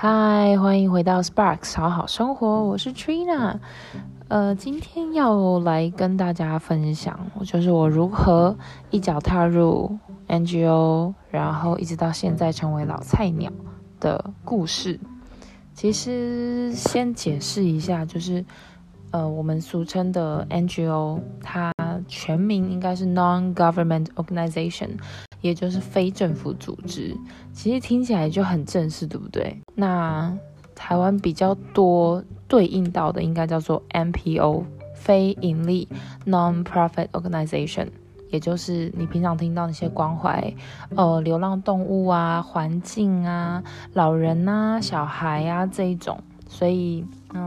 嗨，欢迎回到 Sparks 好好生活，我是 Trina。今天要来跟大家分享，就是我如何一脚踏入 NGO， 然后一直到现在成为老菜鸟的故事。其实先解释一下，就是我们俗称的 NGO， 它全名应该是 Non-Government Organization， 也就是非政府组织。其实听起来就很正式，对不对？那台湾比较多对应到的应该叫做 NPO， 非盈利 Non-Profit Organization， 也就是你平常听到那些关怀流浪动物啊、环境啊、老人啊、小孩啊这一种。所以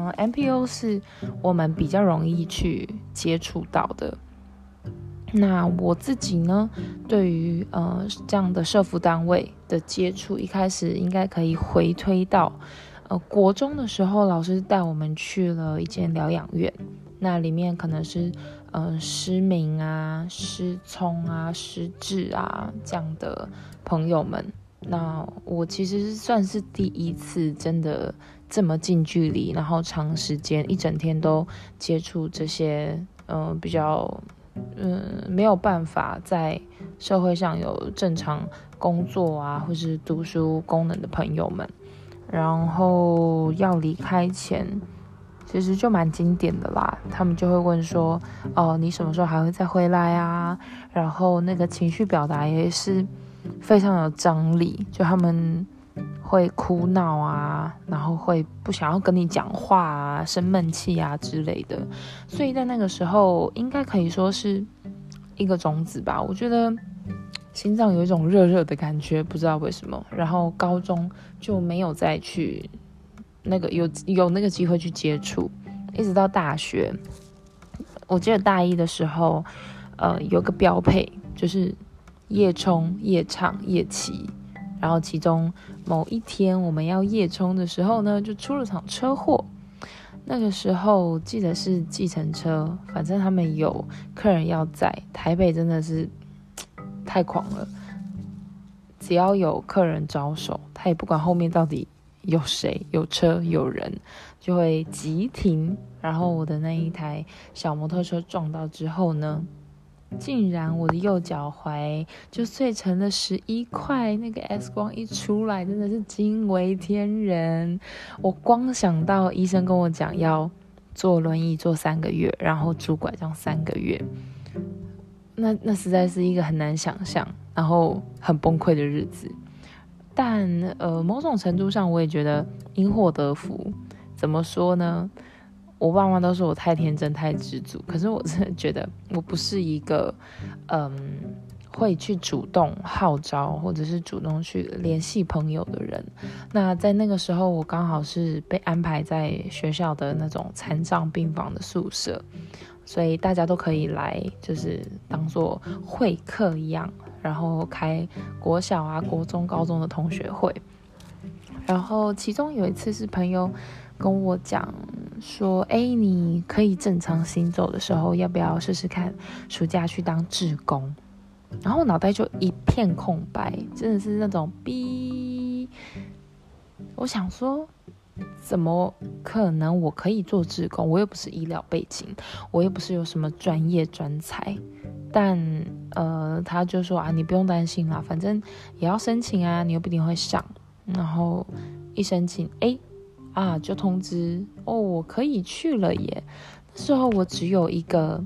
NPO 是我们比较容易去接触到的。那我自己呢，对于这样的社福单位的接触，一开始应该可以回推到国中的时候，老师带我们去了一间疗养院，那里面可能是失明啊、失聪啊、失智啊这样的朋友们。那我其实算是第一次真的这么近距离，然后长时间一整天都接触这些比较没有办法在社会上有正常工作啊或是读书功能的朋友们。然后要离开前其实就蛮经典的啦，他们就会问说你什么时候还会再回来啊，然后那个情绪表达也是非常有张力，就他们会哭闹啊，然后会不想要跟你讲话啊，生闷气啊之类的。所以在那个时候应该可以说是一个种子吧，我觉得心脏有一种热热的感觉，不知道为什么。然后高中就没有再去那个有那个机会去接触，一直到大学。我记得大一的时候有个标配就是夜冲、夜唱、夜骑，然后其中某一天我们要夜冲的时候呢，就出了场车祸。那个时候记得是计程车，反正他们有客人要载，台北真的是太狂了，只要有客人招手，他也不管后面到底有谁、有车、有人，就会急停。然后我的那一台小摩托车撞到之后呢，竟然我的右脚踝就碎成了11块，那个 X 光一出来真的是惊为天人。我光想到医生跟我讲要坐轮椅坐3个月，然后拄拐杖3个月，那实在是一个很难想象，然后很崩溃的日子。但某种程度上我也觉得因祸得福。怎么说呢？我爸妈都说我太天真太知足，可是我真的觉得我不是一个会去主动号召或者是主动去联系朋友的人。那在那个时候我刚好是被安排在学校的那种残障病房的宿舍，所以大家都可以来，就是当做会客一样，然后开国小啊、国中、高中的同学会。然后其中有一次是朋友跟我讲说，你可以正常行走的时候，要不要试试看暑假去当志工？然后我脑袋就一片空白，真的是那种逼。我想说，怎么可能我可以做志工？我又不是医疗背景，我又不是有什么专业专才。但他就说你不用担心啦，反正也要申请啊，你又不一定会上。然后一申请就通知我可以去了耶。那时候我只有一个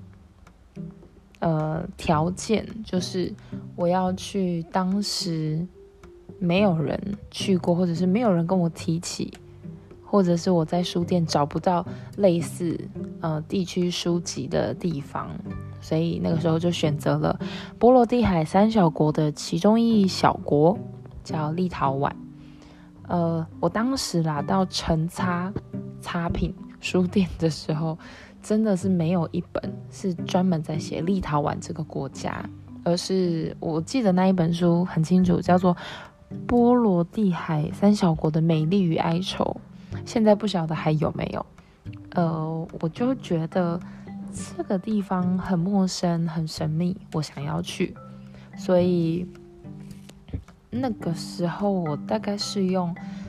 条件，就是我要去当时没有人去过，或者是没有人跟我提起，或者是我在书店找不到类似地区书籍的地方。所以那个时候就选择了波罗的海3小国的其中一小国，叫立陶宛。我当时到成擦品书店的时候，真的是没有一本是专门在写立陶宛这个国家，而是我记得那一本书很清楚，叫做波罗的海3小国的美丽与哀愁。现在不晓得还有没有。我就觉得这个地方很陌生很神秘，我想要去。所以那个时候我大概是用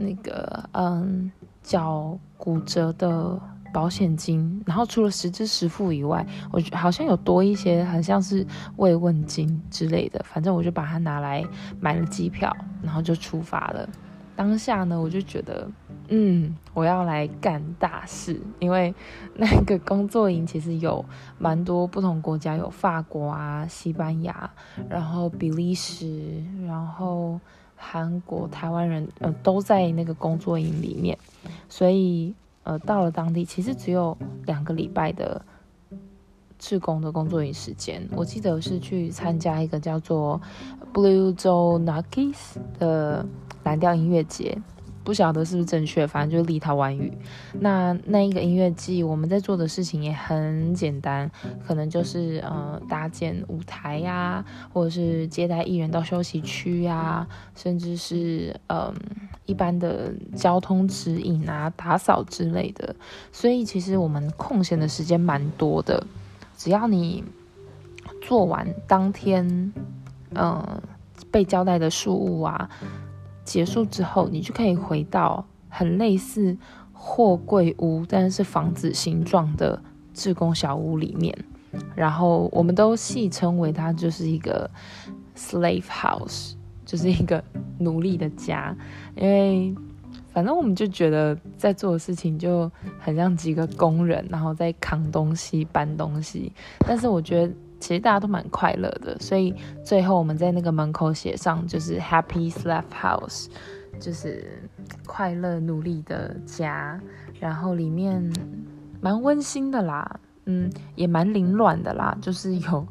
那个脚骨折的保险金，然后除了实支实付以外，我好像有多一些，很像是慰问金之类的。反正我就把它拿来买了机票，然后就出发了。当下呢，我就觉得，我要来干大事，因为那个工作营其实有蛮多不同国家，有法国啊、西班牙，然后比利时，然后韩国、台湾人，都在那个工作营里面，所以到了当地，其实只有2个礼拜的志工的工作营时间。我记得是去参加一个叫做 Blue Zone Nuggies 的蓝调音乐节，不晓得是不是正确，反正就是立陶宛语。那一个音乐季，我们在做的事情也很简单，可能就是搭建舞台呀，或者是接待艺人到休息区呀，甚至是一般的交通指引啊、打扫之类的。所以其实我们空闲的时间蛮多的，只要你做完当天被交代的事务啊，结束之后，你就可以回到很类似货柜屋，但是房子形状的志工小屋里面。然后我们都戏称为它就是一个 slave house， 就是一个奴隶的家。因为反正我们就觉得在做的事情就很像几个工人，然后在扛东西、搬东西。但是我觉得其实大家都蛮快乐的，所以最后我们在那个门口写上就是 Happy Slave House， 就是快乐奴隶的家。然后里面蛮温馨的啦，也蛮凌乱的啦，就是有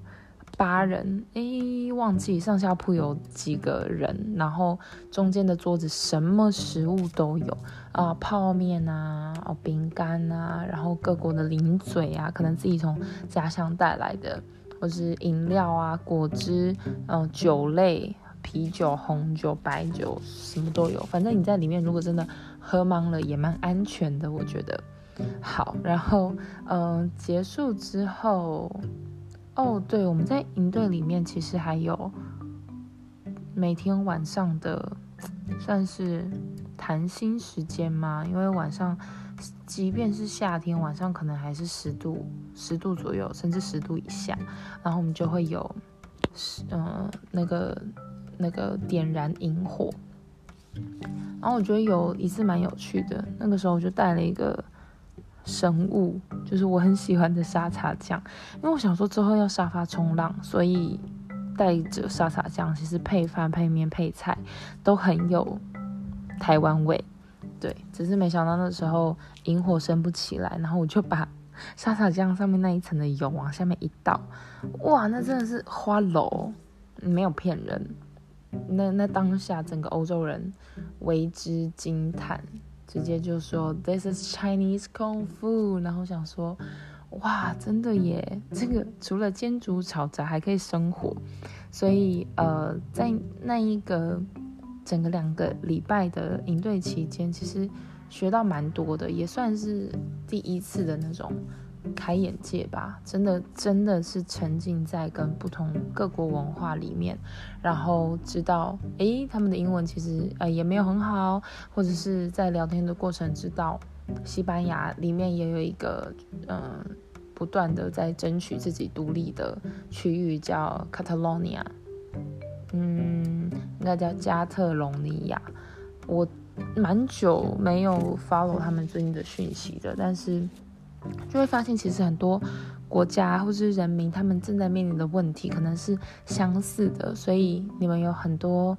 8人，忘记上下铺有几个人，然后中间的桌子什么食物都有泡面啊，饼干啊，然后各国的零嘴啊，可能自己从家乡带来的，或是饮料啊、果汁、酒类、啤酒、红酒、白酒，什么都有。反正你在里面如果真的喝茫了，也蛮安全的，我觉得。好，然后结束之后。对，我们在营队里面其实还有每天晚上的算是谈心时间嘛，因为晚上即便是夏天，晚上可能还是10度左右，甚至10度以下，然后我们就会有那个点燃萤火。然后我觉得有一次蛮有趣的，那个时候我就带了一个生物，就是我很喜欢的沙茶酱，因为我想说之后要沙发冲浪，所以带着沙茶酱，其实配饭、配面、配菜都很有台湾味。对，只是没想到那时候萤火升不起来，然后我就把沙茶酱上面那一层的油往下面一倒，哇，那真的是花楼，没有骗人。那当下整个欧洲人为之惊叹。直接就说 This is Chinese Kung Fu， 然后想说哇，真的耶，这个除了煎煮炒炸还可以生火。所以在那一个整个2个礼拜的营队期间，其实学到蛮多的，也算是第一次的那种开眼界吧，真的是沉浸在跟不同各国文化里面，然后知道他们的英文其实也没有很好，或者是在聊天的过程知道西班牙里面也有一个不断的在争取自己独立的区域叫 Catalonia， 应该叫加特隆尼亚。我蛮久没有 follow 他们最近的讯息的，但是就会发现其实很多国家或是人民他们正在面临的问题可能是相似的，所以你们有很多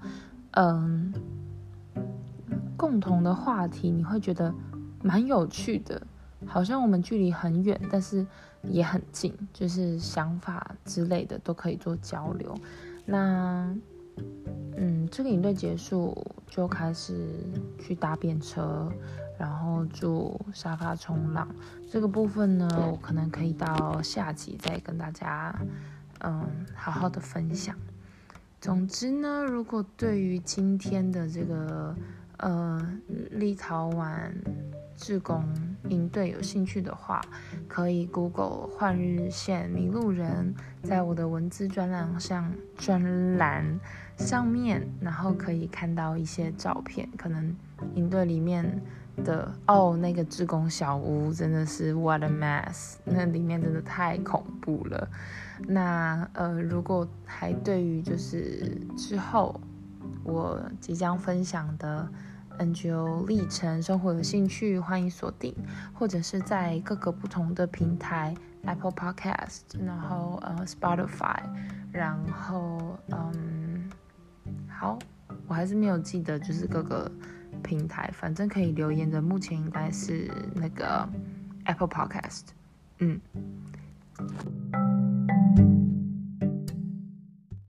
共同的话题，你会觉得蛮有趣的，好像我们距离很远但是也很近，就是想法之类的都可以做交流。那这个营队结束就开始去搭便车，然后住沙发冲浪。这个部分呢，我可能可以到下集再跟大家好好的分享。总之呢，如果对于今天的这个立陶宛志工营队有兴趣的话，可以 Google 换日线迷路人，在我的文字专栏上面，然后可以看到一些照片，可能营队里面的那个志工小屋真的是 what a mess， 那里面真的太恐怖了。那如果还对于就是之后我即将分享的 NGO 历程生活有兴趣，欢迎锁定，或者是在各个不同的平台 Apple Podcast， 然后Spotify， 然后好，我还是没有记得就是各个平台，反正可以留言的目前应该是那个 Apple Podcast。